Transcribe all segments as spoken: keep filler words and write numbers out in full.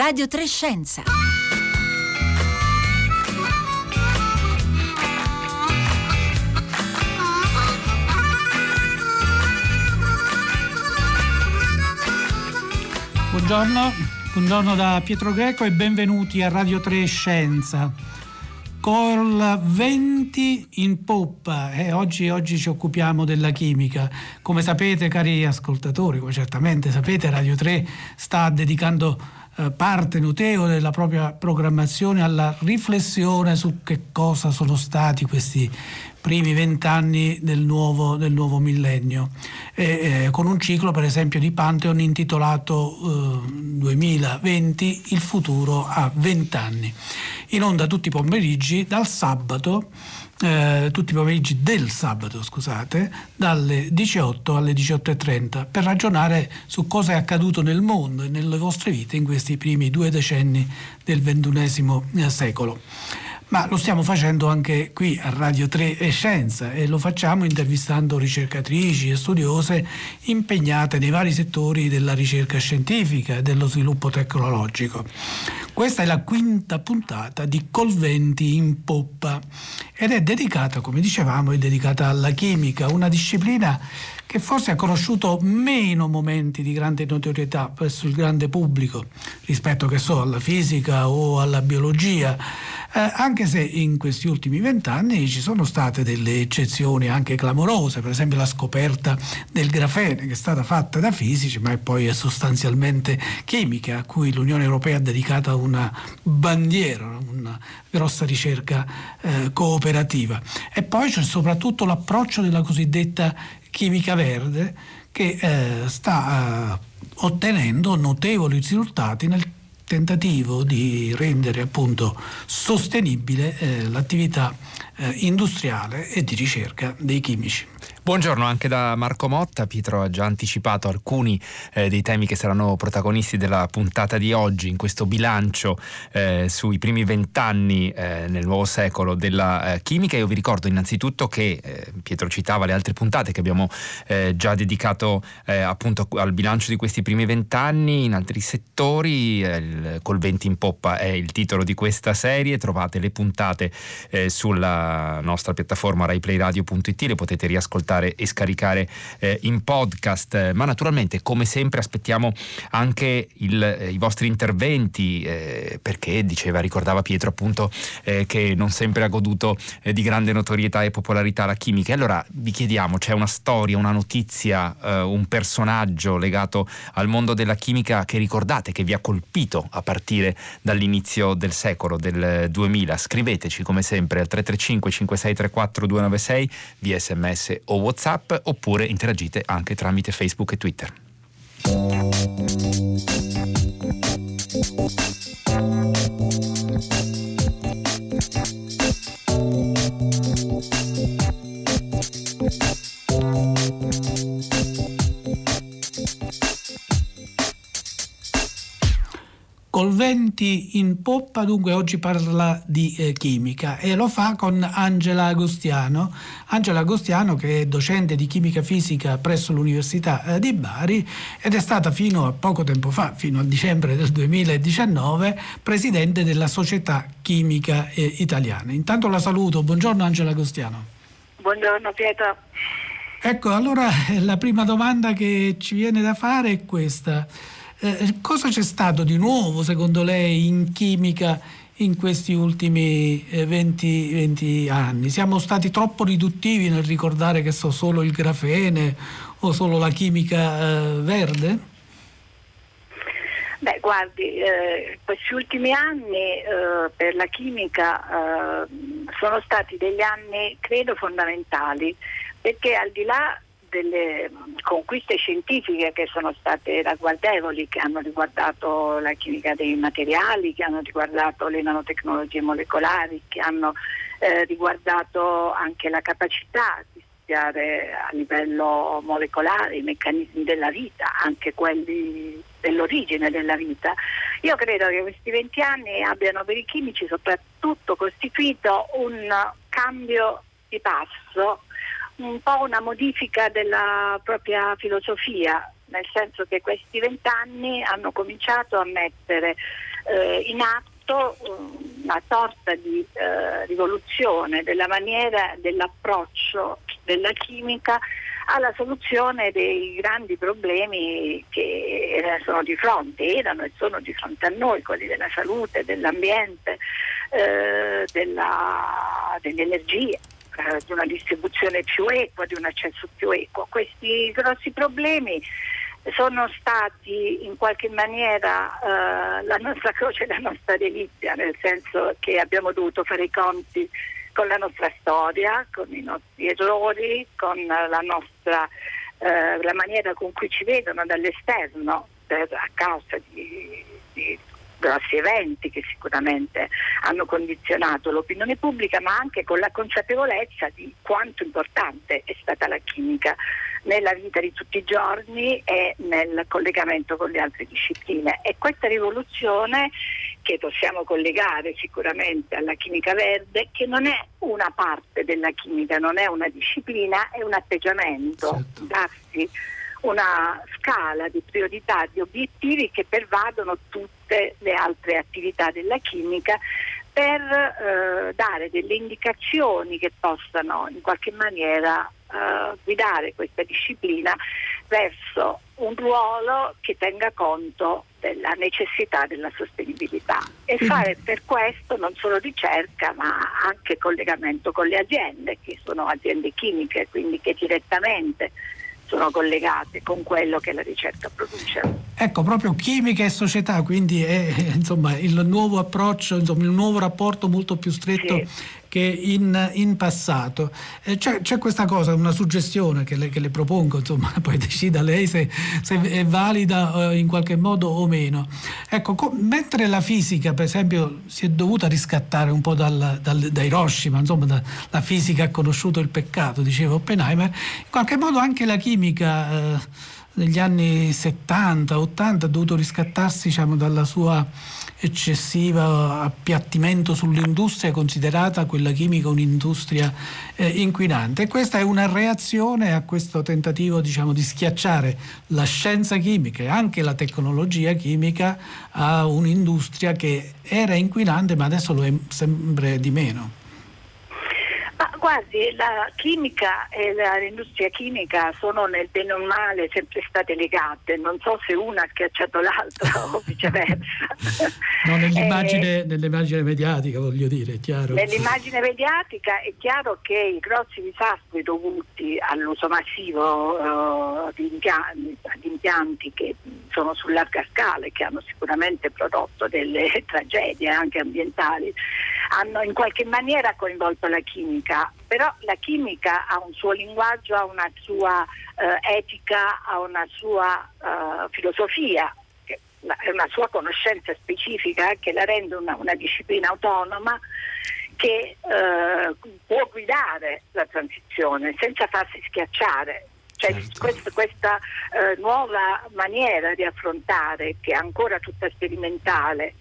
Radio tre Scienza. Buongiorno, buongiorno da Pietro Greco e benvenuti a Radio tre Scienza. Col venti in poppa e eh, oggi, oggi ci occupiamo della chimica. Come sapete, cari ascoltatori, come certamente sapete, Radio tre sta dedicando eh, parte notevole della propria programmazione alla riflessione su che cosa sono stati questi primi vent'anni del nuovo, del nuovo millennio, e, eh, con un ciclo per esempio di Pantheon intitolato eh, duemilaventi, il futuro a vent'anni, in onda tutti i pomeriggi dal sabato, eh, tutti i pomeriggi del sabato, scusate, dalle diciotto alle diciotto e trenta, per ragionare su cosa è accaduto nel mondo e nelle vostre vite in questi primi due decenni del ventunesimo secolo. Ma lo stiamo facendo anche qui a Radio tre Scienza e lo facciamo intervistando ricercatrici e studiose impegnate nei vari settori della ricerca scientifica e dello sviluppo tecnologico. Questa è la quinta puntata di Col venti in poppa ed è dedicata, come dicevamo, è dedicata alla chimica, una disciplina che forse ha conosciuto meno momenti di grande notorietà presso il grande pubblico rispetto, che so, alla fisica o alla biologia, eh, anche se in questi ultimi vent'anni ci sono state delle eccezioni anche clamorose, per esempio la scoperta del grafene, che è stata fatta da fisici ma poi è sostanzialmente chimica, a cui l'Unione Europea ha dedicato una bandiera, una grossa ricerca eh, cooperativa. E poi c'è soprattutto l'approccio della cosiddetta chimica verde, che eh, sta eh, ottenendo notevoli risultati nel tentativo di rendere appunto sostenibile eh, l'attività eh, industriale e di ricerca dei chimici. Buongiorno anche da Marco Motta. Pietro ha già anticipato alcuni eh, dei temi che saranno protagonisti della puntata di oggi in questo bilancio eh, sui primi vent'anni eh, nel nuovo secolo della eh, chimica. Io vi ricordo innanzitutto che eh, Pietro citava le altre puntate che abbiamo eh, già dedicato eh, appunto al bilancio di questi primi vent'anni in altri settori. eh, il, Col venti in poppa è il titolo di questa serie. Trovate le puntate eh, sulla nostra piattaforma rai play radio punto it, le potete riascoltare e scaricare eh, in podcast, ma naturalmente come sempre aspettiamo anche il, eh, i vostri interventi eh, perché diceva, ricordava Pietro appunto eh, che non sempre ha goduto eh, di grande notorietà e popolarità la chimica. Allora vi chiediamo, c'è una storia, una notizia, eh, un personaggio legato al mondo della chimica che ricordate, che vi ha colpito a partire dall'inizio del secolo, del duemila? Scriveteci come sempre al tre tre cinque cinque sei tre quattro due nove sei via sms o WhatsApp, oppure interagite anche tramite Facebook e Twitter. Col venti in poppa dunque oggi parla di eh, chimica e lo fa con Angela Agostiano. Angela Agostiano, che è docente di chimica fisica presso l'Università eh, di Bari ed è stata fino a poco tempo fa, fino a dicembre del duemiladiciannove, presidente della Società Chimica eh, Italiana. Intanto la saluto. Buongiorno Angela Agostiano. Buongiorno Pietro. Ecco, allora la prima domanda che ci viene da fare è questa. Eh, cosa c'è stato di nuovo secondo lei in chimica in questi ultimi eh, venti, venti anni? Siamo stati troppo riduttivi nel ricordare che so solo il grafene o solo la chimica eh, verde? Beh, guardi, eh, questi ultimi anni eh, per la chimica eh, sono stati degli anni, credo, fondamentali, perché al di là delle conquiste scientifiche che sono state ragguardevoli, che hanno riguardato la chimica dei materiali, che hanno riguardato le nanotecnologie molecolari, che hanno eh, riguardato anche la capacità di studiare a livello molecolare i meccanismi della vita, anche quelli dell'origine della vita. Io credo che questi venti anni abbiano per i chimici soprattutto costituito un cambio di passo, un po' una modifica della propria filosofia. nel senso che questi vent'anni hanno cominciato a mettere eh, in atto una sorta di eh, rivoluzione della maniera, dell'approccio della chimica alla soluzione dei grandi problemi che sono di fronte, erano e sono di fronte a noi, quelli della salute, dell'ambiente, eh, della, dell'energia, eh, di una distribuzione più equa, di un accesso più equo. Questi grossi problemi sono stati in qualche maniera eh, la nostra croce e la nostra delizia, nel senso che abbiamo dovuto fare i conti con la nostra storia, con i nostri errori, con la nostra eh, la maniera con cui ci vedono dall'esterno per, a causa di, di grossi eventi che sicuramente hanno condizionato l'opinione pubblica, ma anche con la consapevolezza di quanto importante è stata la chimica nella vita di tutti i giorni e nel collegamento con le altre discipline. E questa rivoluzione, che possiamo collegare sicuramente alla chimica verde, che non è una parte della chimica, non è una disciplina, è un atteggiamento, certo. Darsi una scala di priorità, di obiettivi che pervadono tutte le altre attività della chimica per eh, dare delle indicazioni che possano in qualche maniera eh, guidare questa disciplina verso un ruolo che tenga conto della necessità della sostenibilità e fare per questo non solo ricerca ma anche collegamento con le aziende, che sono aziende chimiche, quindi che direttamente sono collegate con quello che la ricerca produce. Ecco, proprio chimica e società, quindi è insomma il nuovo approccio, insomma il nuovo rapporto molto più stretto, sì, che in, in passato. Eh, c'è, c'è questa cosa, una suggestione che le, che le propongo, insomma, poi decida lei se, se è valida eh, in qualche modo o meno. Ecco, co- mentre la fisica, per esempio, si è dovuta riscattare un po' dal, dal, da Hiroshima, insomma, da, la fisica ha conosciuto il peccato, diceva Oppenheimer, in qualche modo anche la chimica eh, negli anni settanta ottanta ha dovuto riscattarsi, diciamo, dalla sua eccessiva appiattimento sull'industria, considerata quella chimica un'industria eh, inquinante. E questa è una reazione a questo tentativo, diciamo, di schiacciare la scienza chimica e anche la tecnologia chimica a un'industria che era inquinante ma adesso lo è sempre di meno. Ma guardi, la chimica e la, l'industria chimica sono nel bene o male sempre state legate, non so se una ha schiacciato l'altra o viceversa. No, nell'immagine, eh, nell'immagine mediatica, voglio dire, è chiaro. Nell'immagine mediatica è chiaro che i grossi disastri dovuti all'uso massivo uh, di, impianti, di impianti che sono su larga scala e che hanno sicuramente prodotto delle tragedie anche ambientali hanno in qualche maniera coinvolto la chimica, però la chimica ha un suo linguaggio, ha una sua uh, etica, ha una sua uh, filosofia, è una sua conoscenza specifica che la rende una, una disciplina autonoma che eh, può guidare la transizione senza farsi schiacciare. Cioè, certo. questa, questa eh, nuova maniera di affrontare, che è ancora tutta sperimentale,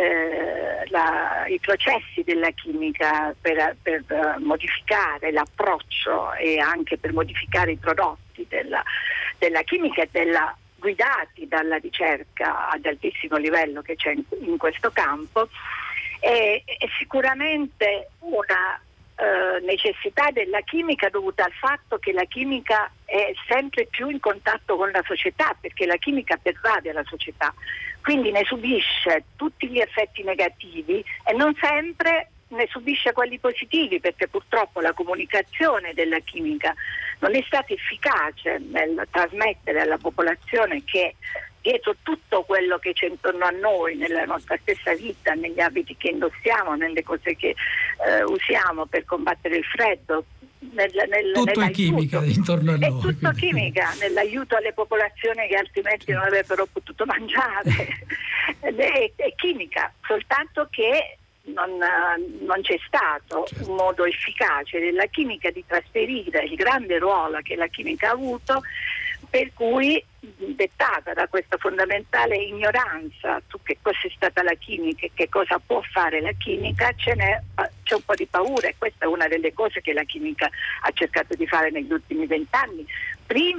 eh, la, i processi della chimica per, per uh, modificare l'approccio e anche per modificare i prodotti della, della chimica e della guidati dalla ricerca ad altissimo livello che c'è in, in questo campo, è, è sicuramente una eh, necessità della chimica dovuta al fatto che la chimica è sempre più in contatto con la società, perché la chimica pervade la società, quindi ne subisce tutti gli effetti negativi e non sempre ne subisce quelli positivi, perché purtroppo la comunicazione della chimica non è stata efficace nel trasmettere alla popolazione che dietro tutto quello che c'è intorno a noi, nella nostra stessa vita, negli abiti che indossiamo, nelle cose che eh, usiamo per combattere il freddo, nel, nel, tutto è chimica intorno a noi. È tutto quindi. chimica, nell'aiuto alle popolazioni che altrimenti non avrebbero potuto mangiare. è, è chimica, soltanto che Non, non c'è stato certo. un modo efficace della chimica di trasferire il grande ruolo che la chimica ha avuto, per cui, dettata da questa fondamentale ignoranza su che cosa è stata la chimica e che cosa può fare la chimica, ce n'è, c'è un po' di paura, e questa è una delle cose che la chimica ha cercato di fare negli ultimi vent'anni, prima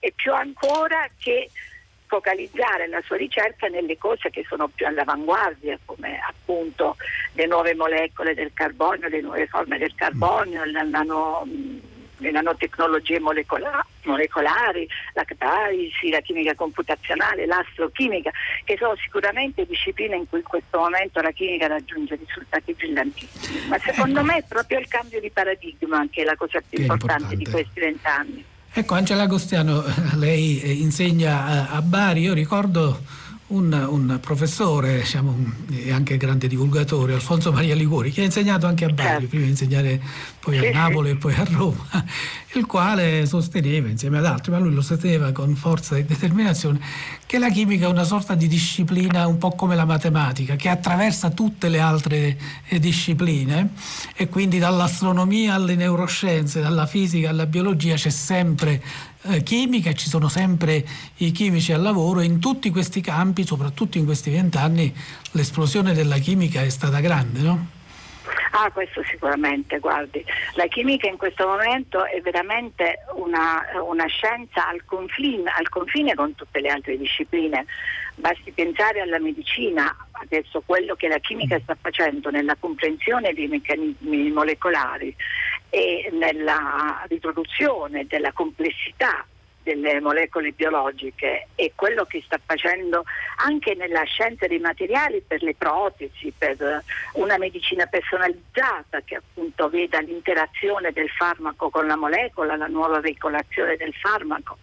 e più ancora che focalizzare la sua ricerca nelle cose che sono più all'avanguardia, come appunto le nuove molecole del carbonio, le nuove forme del carbonio, la nano, le nanotecnologie molecola- molecolari, la catalisi, la chimica computazionale, l'astrochimica, che sono sicuramente discipline in cui in questo momento la chimica raggiunge risultati brillantissimi. Ma secondo ecco. me è proprio il cambio di paradigma che è la cosa più importante, importante di questi vent'anni. Ecco, Angela Agostiano, lei insegna a Bari. Io ricordo un, un professore, diciamo, e anche grande divulgatore, Alfonso Maria Liguori, che ha insegnato anche a Bari, certo. prima di insegnare poi a Napoli e poi a Roma, il quale sosteneva, insieme ad altri, ma lui lo sosteneva con forza e determinazione, che la chimica è una sorta di disciplina un po' come la matematica, che attraversa tutte le altre eh, discipline, e quindi dall'astronomia alle neuroscienze, dalla fisica alla biologia c'è sempre eh, chimica, ci sono sempre i chimici al lavoro, e in tutti questi campi, soprattutto in questi vent'anni, l'esplosione della chimica è stata grande, no? Ah, questo sicuramente, guardi, la chimica in questo momento è veramente una, una scienza al confine, al confine con tutte le altre discipline. Basti pensare alla medicina, adesso quello che la chimica sta facendo nella comprensione dei meccanismi molecolari e nella riproduzione della complessità delle molecole biologiche, e quello che sta facendo anche nella scienza dei materiali per le protesi, per una medicina personalizzata che appunto veda l'interazione del farmaco con la molecola, la nuova veicolazione del farmaco,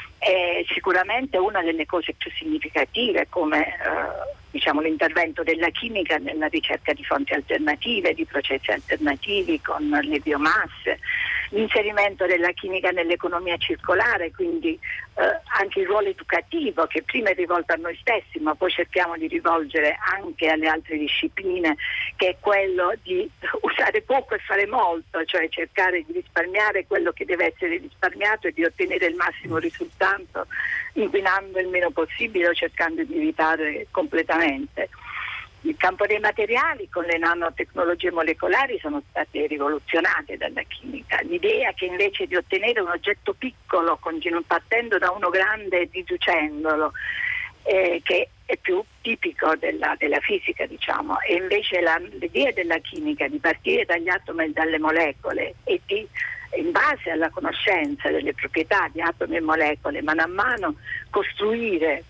è sicuramente una delle cose più significative, come eh, diciamo l'intervento della chimica nella ricerca di fonti alternative, di processi alternativi con le biomasse, l'inserimento della chimica nell'economia circolare, quindi eh, anche il ruolo educativo che prima è rivolto a noi stessi, ma poi cerchiamo di rivolgere anche alle altre discipline, che è quello di usare poco e fare molto, cioè cercare di risparmiare quello che deve essere risparmiato e di ottenere il massimo risultato inquinando il meno possibile o cercando di evitare completamente. Il campo dei materiali con le nanotecnologie molecolari sono state rivoluzionate dalla chimica. L'idea che invece di ottenere un oggetto piccolo continu- partendo da uno grande e riducendolo, eh, che è più tipico della, della fisica, diciamo, e invece la, l'idea della chimica di partire dagli atomi e dalle molecole e di, in base alla conoscenza delle proprietà di atomi e molecole, mano a mano costruire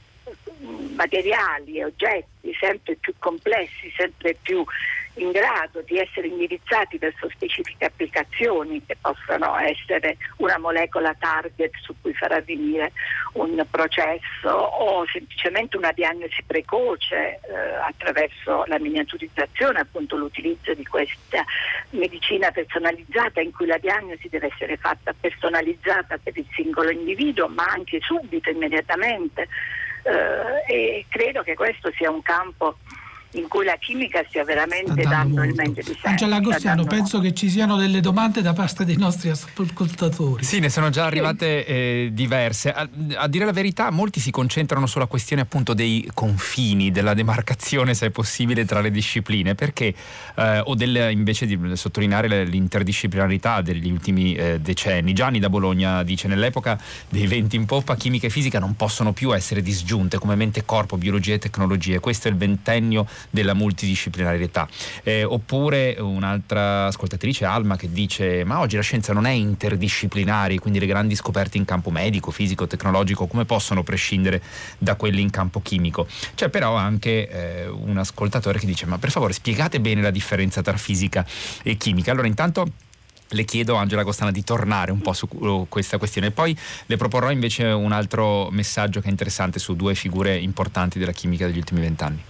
materiali e oggetti sempre più complessi, sempre più in grado di essere indirizzati verso specifiche applicazioni che possano essere una molecola target su cui far avvenire un processo o semplicemente una diagnosi precoce eh, attraverso la miniaturizzazione, appunto l'utilizzo di questa medicina personalizzata in cui la diagnosi deve essere fatta personalizzata per il singolo individuo, ma anche subito, immediatamente. Uh, e credo che questo sia un campo in cui la chimica stia veramente dando, dando il meglio di sé. Angela Agostiano, penso che ci siano delle domande da parte dei nostri ascoltatori. Sì, ne sono già arrivate eh, diverse. A, a dire la verità, molti si concentrano sulla questione appunto dei confini, della demarcazione, se è possibile, tra le discipline, perché eh, o del, invece di sottolineare l'interdisciplinarità degli ultimi eh, decenni. Gianni da Bologna dice: nell'epoca dei venti in poppa chimica e fisica non possono più essere disgiunte come mente e corpo, biologia e tecnologie. Questo è il ventennio della multidisciplinarietà. Eh, oppure un'altra ascoltatrice, Alma, che dice: ma oggi la scienza non è interdisciplinare, quindi le grandi scoperte in campo medico, fisico, tecnologico come possono prescindere da quelle in campo chimico? C'è però anche eh, un ascoltatore che dice: ma per favore spiegate bene la differenza tra fisica e chimica. Allora intanto le chiedo, Angela Agostiano, di tornare un po' su questa questione, poi le proporrò invece un altro messaggio che è interessante su due figure importanti della chimica degli ultimi vent'anni.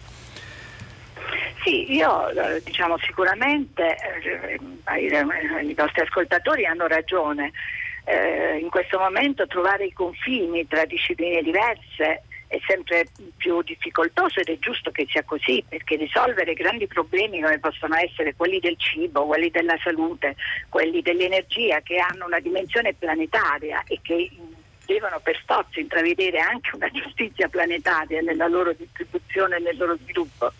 Sì, io diciamo sicuramente eh, i nostri ascoltatori hanno ragione. Eh, in questo momento trovare i confini tra discipline diverse è sempre più difficoltoso, ed è giusto che sia così, perché risolvere grandi problemi come possono essere quelli del cibo, quelli della salute, quelli dell'energia, che hanno una dimensione planetaria e che devono per forza intravedere anche una giustizia planetaria nella loro distribuzione e nel loro sviluppo,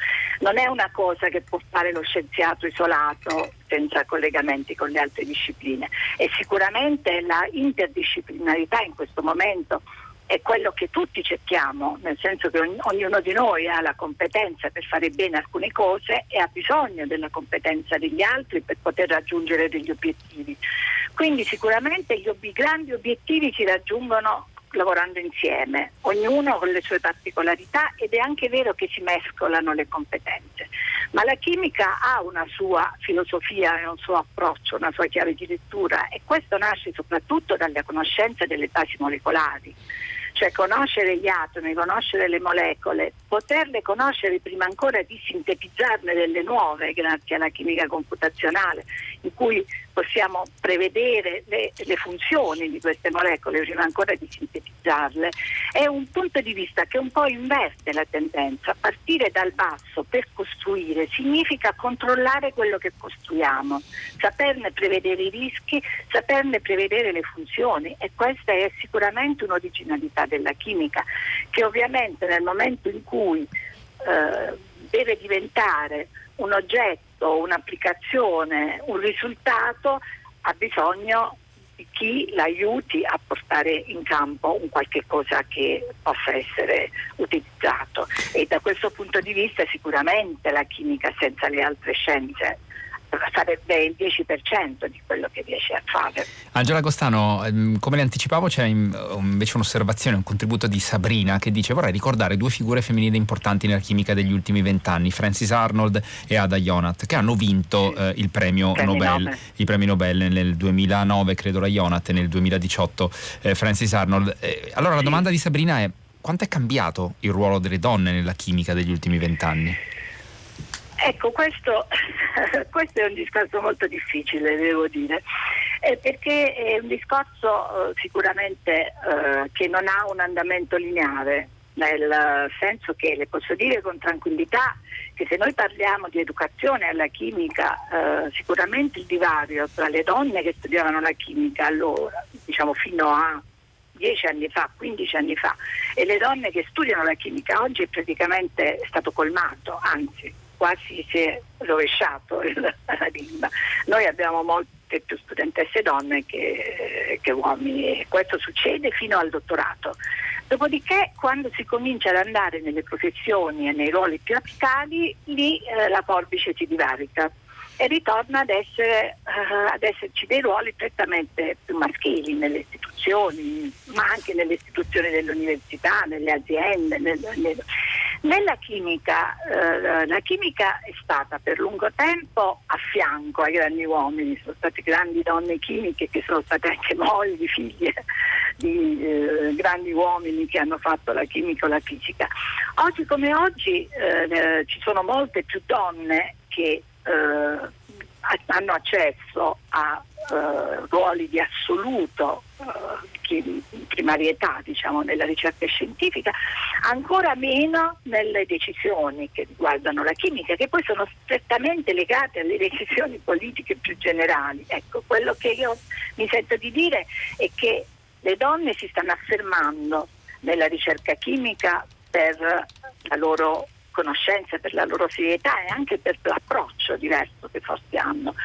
non è una cosa che può fare lo scienziato isolato senza collegamenti con le altre discipline, e sicuramente la interdisciplinarità in questo momento è quello che tutti cerchiamo, nel senso che ogn- ognuno di noi ha la competenza per fare bene alcune cose e ha bisogno della competenza degli altri per poter raggiungere degli obiettivi. Quindi sicuramente gli ob- grandi obiettivi si raggiungono lavorando insieme, ognuno con le sue particolarità, ed è anche vero che si mescolano le competenze. Ma la chimica ha una sua filosofia e un suo approccio, una sua chiave di lettura, e questo nasce soprattutto dalla conoscenza delle basi molecolari. Cioè conoscere gli atomi, conoscere le molecole, poterle conoscere prima ancora di sintetizzarne delle nuove grazie alla chimica computazionale, in cui possiamo prevedere le, le funzioni di queste molecole prima ancora di sintetizzarle, è un punto di vista che un po' inverte la tendenza. Partire dal basso per costruire significa controllare quello che costruiamo, saperne prevedere i rischi, saperne prevedere le funzioni, e questa è sicuramente un'originalità della chimica, che ovviamente nel momento in cui eh, deve diventare un oggetto, un'applicazione, un risultato, ha bisogno di chi l'aiuti a portare in campo un qualche cosa che possa essere utilizzato, e da questo punto di vista sicuramente la chimica senza le altre scienze sarebbe il dieci per cento di quello che riesce a fare. Angela Costano, come le anticipavo, c'è invece un'osservazione, un contributo di Sabrina, che dice: vorrei ricordare due figure femminili importanti nella chimica degli ultimi vent'anni, Frances Arnold e Ada Yonath, che hanno vinto eh, il premio Premi Nobel, Nobel. i premi Nobel nel duemilanove credo la Yonath e nel duemiladiciotto eh, Frances Arnold. Eh, allora la Sì. domanda di Sabrina è: quanto è cambiato il ruolo delle donne nella chimica degli ultimi vent'anni? Ecco, questo, questo è un discorso molto difficile, devo dire, eh, perché è un discorso eh, sicuramente eh, che non ha un andamento lineare, nel senso che le posso dire con tranquillità che se noi parliamo di educazione alla chimica, eh, sicuramente il divario tra le donne che studiavano la chimica allora, diciamo fino a dieci anni fa, quindici anni fa, e le donne che studiano la chimica oggi è praticamente stato colmato, anzi quasi si è rovesciato il paradigma. Noi abbiamo molte più studentesse donne che, che uomini, e questo succede fino al dottorato. Dopodiché, quando si comincia ad andare nelle professioni e nei ruoli più apicali, lì eh, la forbice si divarica e ritorna ad essere uh, ad esserci dei ruoli prettamente più maschili nelle istituzioni, ma anche nelle istituzioni dell'università, nelle aziende. Nel, nel... Nella chimica, uh, la chimica è stata per lungo tempo a fianco ai grandi uomini, sono state grandi donne chimiche che sono state anche mogli, figlie di uh, grandi uomini che hanno fatto la chimica o la fisica. Oggi come oggi uh, ci sono molte più donne che Uh, hanno accesso a uh, ruoli di assoluto uh, primarietà, diciamo, nella ricerca scientifica, ancora meno nelle decisioni che riguardano la chimica, che poi sono strettamente legate alle decisioni politiche più generali. Ecco, quello che io mi sento di dire è che le donne si stanno affermando nella ricerca chimica per la loro conoscenza, per la loro serietà e anche per l'approccio diverso che forse hanno,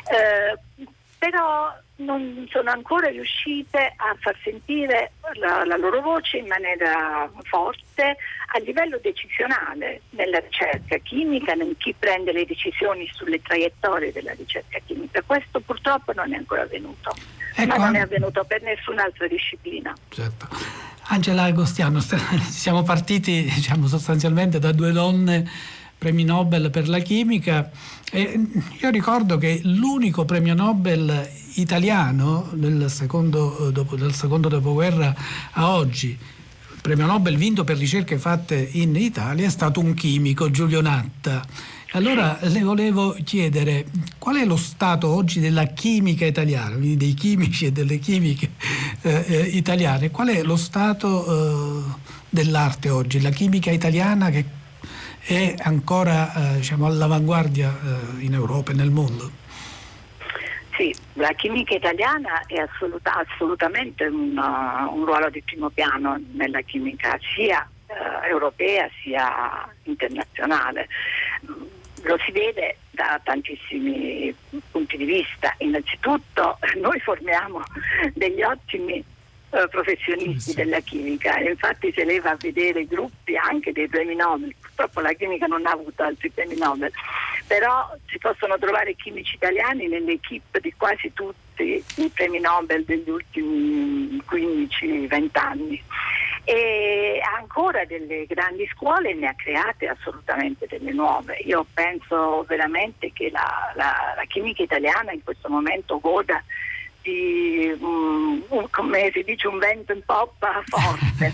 eh, però non sono ancora riuscite a far sentire la, la loro voce in maniera forte a livello decisionale nella ricerca chimica, in chi prende le decisioni sulle traiettorie della ricerca chimica. Questo purtroppo non è ancora avvenuto, ecco, ma non è avvenuto per nessun'altra disciplina. Certo. Angela Agostiano, siamo partiti, diciamo, sostanzialmente da due donne premi Nobel per la chimica, e io ricordo che l'unico premio Nobel italiano nel secondo, dopo, dal secondo dopoguerra a oggi, il premio Nobel vinto per ricerche fatte in Italia, è stato un chimico, Giulio Natta. Allora le volevo chiedere qual è lo stato oggi della chimica italiana, quindi dei chimici e delle chimiche eh, eh, italiane, qual è lo stato eh, dell'arte oggi, la chimica italiana che è ancora eh, diciamo all'avanguardia eh, in Europa e nel mondo? Sì, la chimica italiana è assoluta, assolutamente un, uh, un ruolo di primo piano nella chimica sia Uh, europea sia internazionale. lo si vede da tantissimi punti di vista. Innanzitutto noi formiamo degli ottimi uh, professionisti della chimica, infatti se lei va a vedere i gruppi anche dei premi Nobel, purtroppo la chimica non ha avuto altri premi Nobel, però si possono trovare chimici italiani nell'equipe di quasi tutti i premi Nobel degli ultimi quindici venti anni. E ha ancora delle grandi scuole, ne ha create assolutamente delle nuove. Io penso veramente che la, la, la chimica italiana in questo momento goda di um, un, come si dice, un vento in poppa forte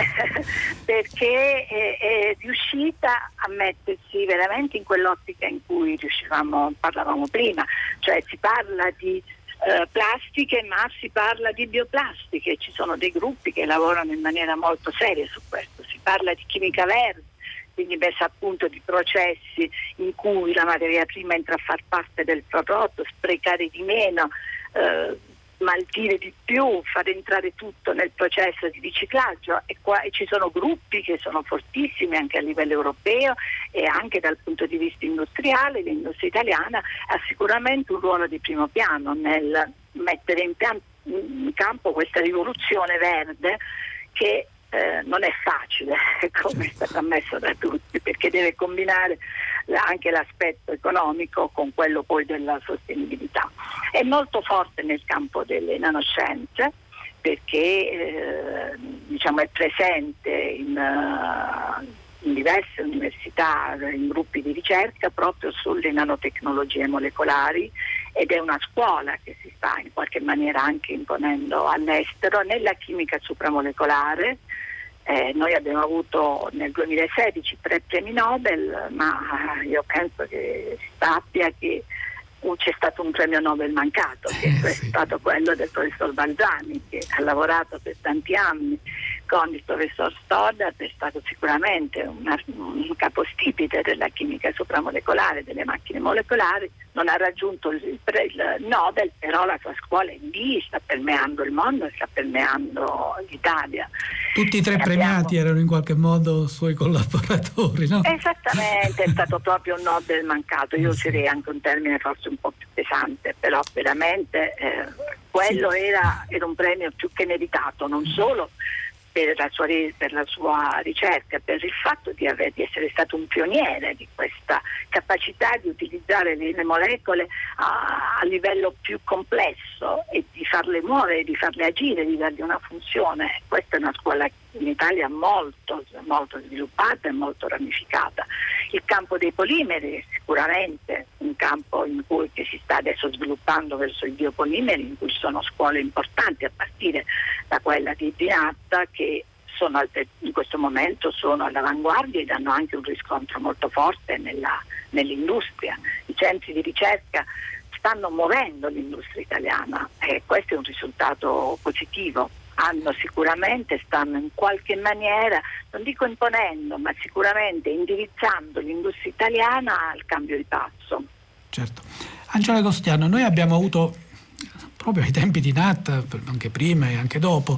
perché è, è riuscita a mettersi veramente in quell'ottica in cui riuscivamo, parlavamo prima, cioè si parla di Uh, plastiche, ma si parla di bioplastiche, ci sono dei gruppi che lavorano in maniera molto seria su questo, si parla di chimica verde, quindi messa a punto di processi in cui la materia prima entra a far parte del prodotto, sprecare di meno, uh, smaltire di più, far entrare tutto nel processo di riciclaggio, e qua e ci sono gruppi che sono fortissimi anche a livello europeo e anche dal punto di vista industriale. L'industria italiana ha sicuramente un ruolo di primo piano nel mettere in, pian- in campo questa rivoluzione verde che eh, non è facile, come è stato ammesso da tutti, perché deve combinare anche l'aspetto economico con quello poi della sostenibilità. È molto forte nel campo delle nanoscienze perché eh, diciamo è presente in, uh, in diverse università, in gruppi di ricerca proprio sulle nanotecnologie molecolari, ed è una scuola che si sta in qualche maniera anche imponendo all'estero nella chimica supramolecolare. Eh, noi abbiamo avuto nel duemilasedici tre premi Nobel, ma io penso che si sappia che uh, c'è stato un premio Nobel mancato, che eh, è sì. stato quello del professor Balzani, che ha lavorato per tanti anni con il professor Stoddard, è stato sicuramente una, un capostipite della chimica supramolecolare, delle macchine molecolari, non ha raggiunto il, il Nobel, però la sua scuola è lì, sta permeando il mondo e sta permeando l'Italia. Tutti e tre Abbiamo... premiati erano in qualche modo suoi collaboratori, no? Esattamente, è stato proprio un Nobel mancato. Io Eh sì. userei anche un termine forse un po' più pesante, però veramente eh, quello Sì. era, era un premio più che meritato, non solo per la sua, per la sua ricerca, per il fatto di, aver, di essere stato un pioniere di questa capacità di utilizzare le, le molecole a, a livello più complesso e di farle muovere, di farle agire, di dargli una funzione. Questa è una scuola in Italia molto, molto sviluppata e molto ramificata. Il campo dei polimeri è sicuramente un campo in cui che si sta adesso sviluppando verso i biopolimeri, in cui sono scuole importanti, a partire da quella di Dinatta, che sono in questo momento sono all'avanguardia e danno anche un riscontro molto forte nella, nell'industria. I centri di ricerca stanno muovendo l'industria italiana e questo è un risultato positivo. Hanno sicuramente, stanno in qualche maniera, non dico imponendo, ma sicuramente indirizzando l'industria italiana al cambio di passo. Certo. Angela Costiano, noi abbiamo avuto proprio ai tempi di Natta, anche prima e anche dopo,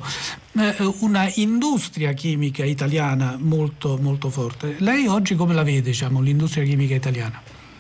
una industria chimica italiana molto molto forte. Lei oggi come la vede, diciamo, l'industria chimica italiana?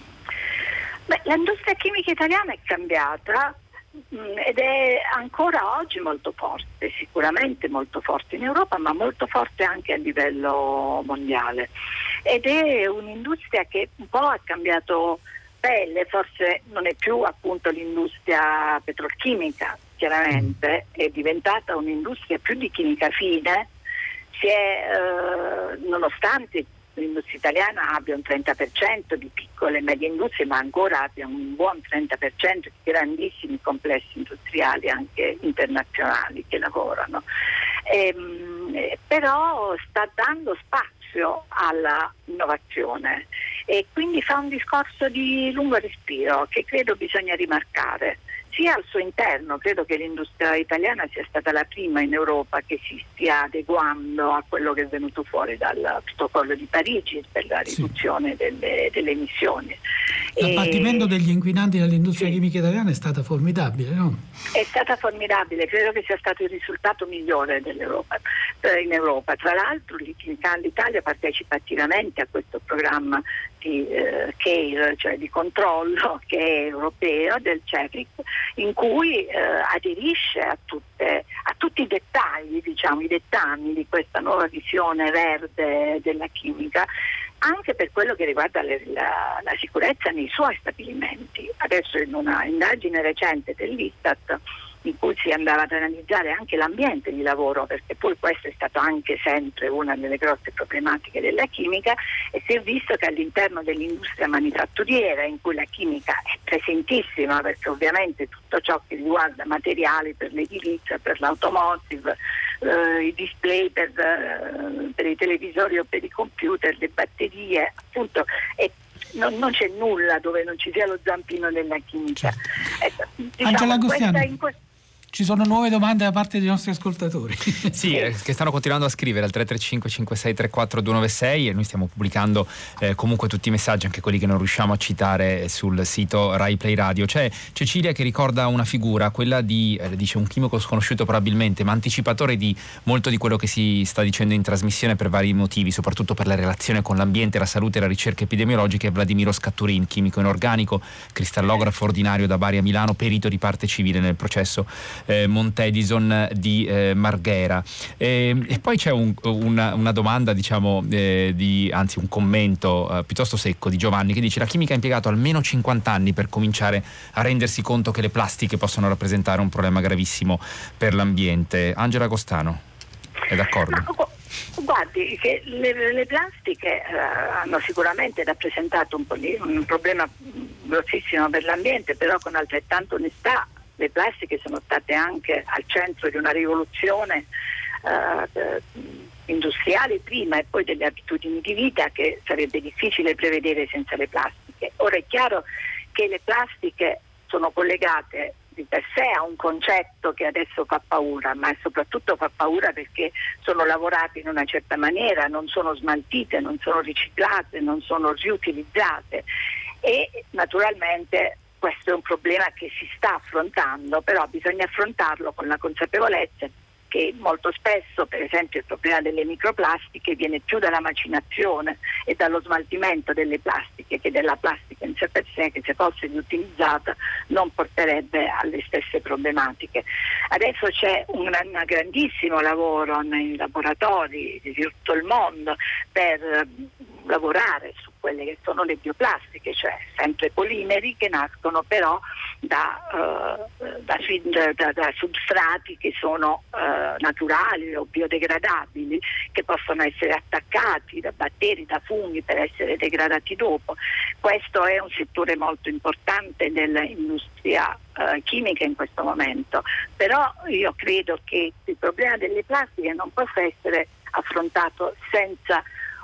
Beh, l'industria chimica italiana è cambiata ed è ancora oggi molto forte, sicuramente molto forte in Europa, ma molto forte anche a livello mondiale. Ed è un'industria che un po' ha cambiato pelle, forse non è più appunto l'industria petrolchimica, chiaramente, è diventata un'industria più di chimica fine, si è, eh, nonostante l'industria italiana abbia un trenta per cento di piccole e medie industrie, ma ancora abbia un buon trenta per cento di grandissimi complessi industriali anche internazionali che lavorano. Ehm, però sta dando spazio alla innovazione e quindi fa un discorso di lungo respiro che credo bisogna rimarcare. Sia al suo interno, credo che l'industria italiana sia stata la prima in Europa che si stia adeguando a quello che è venuto fuori dal protocollo di Parigi per la riduzione sì. delle, delle emissioni. L'abbattimento e... degli inquinanti nell'industria sì. chimica italiana è stata formidabile, no? È stata formidabile, credo che sia stato il risultato migliore dell'Europa, in Europa. Tra l'altro l'Italia partecipa attivamente a questo programma quality eh, care, cioè di controllo, che è europeo, del CEFIC, in cui eh, aderisce a, tutte, a tutti i dettagli, diciamo, i dettami di questa nuova visione verde della chimica, anche per quello che riguarda le, la, la sicurezza nei suoi stabilimenti. Adesso in una indagine recente dell'Istat, in cui si andava ad analizzare anche l'ambiente di lavoro, perché poi questo è stato anche sempre una delle grosse problematiche della chimica, e si è visto che all'interno dell'industria manifatturiera, in cui la chimica è presentissima, perché ovviamente tutto ciò che riguarda materiali per l'edilizia, per l'automotive, eh, i display per, eh, per i televisori o per i computer, le batterie, appunto, è Non, non c'è nulla dove non ci sia lo zampino della chimica. Ecco, diciamo, Angela Agostiano, in que- ci sono nuove domande da parte dei nostri ascoltatori. Sì, eh, che stanno continuando a scrivere al tre tre cinque cinque sei tre quattro due nove sei, e noi stiamo pubblicando eh, comunque tutti i messaggi, anche quelli che non riusciamo a citare, sul sito Rai Play Radio. C'è Cecilia che ricorda una figura, quella di, eh, dice, un chimico sconosciuto probabilmente, ma anticipatore di molto di quello che si sta dicendo in trasmissione per vari motivi, soprattutto per la relazione con l'ambiente, la salute e la ricerca epidemiologica, è Vladimiro Scatturin, chimico inorganico, cristallografo ordinario da Bari a Milano, perito di parte civile nel processo Eh, Montedison di eh, Marghera. E, e poi c'è un, una, una domanda, diciamo, eh, di, anzi un commento eh, piuttosto secco di Giovanni, che dice: la chimica ha impiegato almeno cinquanta anni per cominciare a rendersi conto che le plastiche possono rappresentare un problema gravissimo per l'ambiente. Angela Agostano, è d'accordo? Ma, guardi, che le, le plastiche eh, hanno sicuramente rappresentato un, po di, un problema grossissimo per l'ambiente, però con altrettanta onestà le plastiche sono state anche al centro di una rivoluzione eh, industriale prima, e poi delle abitudini di vita che sarebbe difficile prevedere senza le plastiche. Ora è chiaro che le plastiche sono collegate di per sé a un concetto che adesso fa paura, ma soprattutto fa paura perché sono lavorate in una certa maniera, non sono smaltite, non sono riciclate, non sono riutilizzate, e naturalmente questo è un problema che si sta affrontando, però bisogna affrontarlo con la consapevolezza che molto spesso, per esempio, il problema delle microplastiche viene più dalla macinazione e dallo smaltimento delle plastiche che della plastica in sé per sé, che se fosse riutilizzata non porterebbe alle stesse problematiche. Adesso c'è un, un grandissimo lavoro nei laboratori di tutto il mondo per lavorare su quelle che sono le bioplastiche, cioè sempre polimeri che nascono però da, uh, da, da, da substrati che sono uh, naturali o biodegradabili, che possono essere attaccati da batteri, da funghi per essere degradati dopo. Questo è un settore molto importante dell'industria uh, chimica in questo momento, però io credo che il problema delle plastiche non possa essere affrontato senza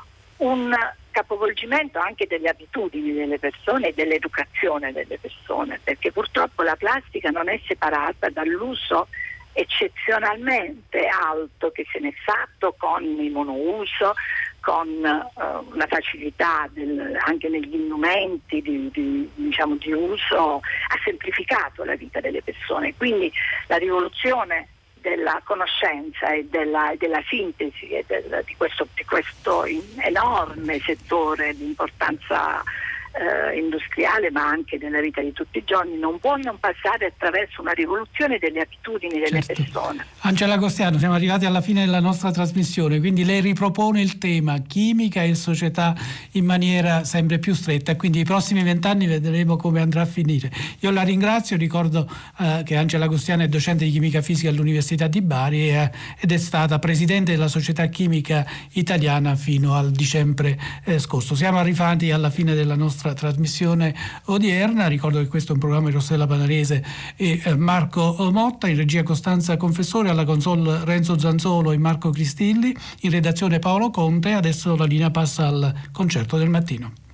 un capovolgimento anche delle abitudini delle persone e dell'educazione delle persone, perché purtroppo la plastica non è separata dall'uso eccezionalmente alto che se n'è fatto con il monouso, con uh, la facilità del, anche negli indumenti di, di, diciamo, di uso, ha semplificato la vita delle persone. Quindi la rivoluzione della conoscenza e della, della sintesi e del, di, questo, di questo enorme settore di importanza eh, industriale, ma anche nella vita di tutti i giorni, non può non passare attraverso una rivoluzione delle abitudini delle certo. persone. Angela Agostiano, siamo arrivati alla fine della nostra trasmissione, quindi lei ripropone il tema chimica e società in maniera sempre più stretta, quindi i prossimi vent'anni vedremo come andrà a finire. Io la ringrazio, ricordo eh, che Angela Agostiano è docente di chimica fisica all'Università di Bari eh, ed è stata presidente della Società Chimica Italiana fino al dicembre eh, scorso. Siamo arrivati alla fine della nostra trasmissione odierna. Ricordo che questo è un programma di Rossella Panarese e eh, Marco Motta, in regia Costanza Confessore, alla console Renzo Zanzolo e Marco Cristilli, in redazione Paolo Conte. Adesso la linea passa al concerto del mattino.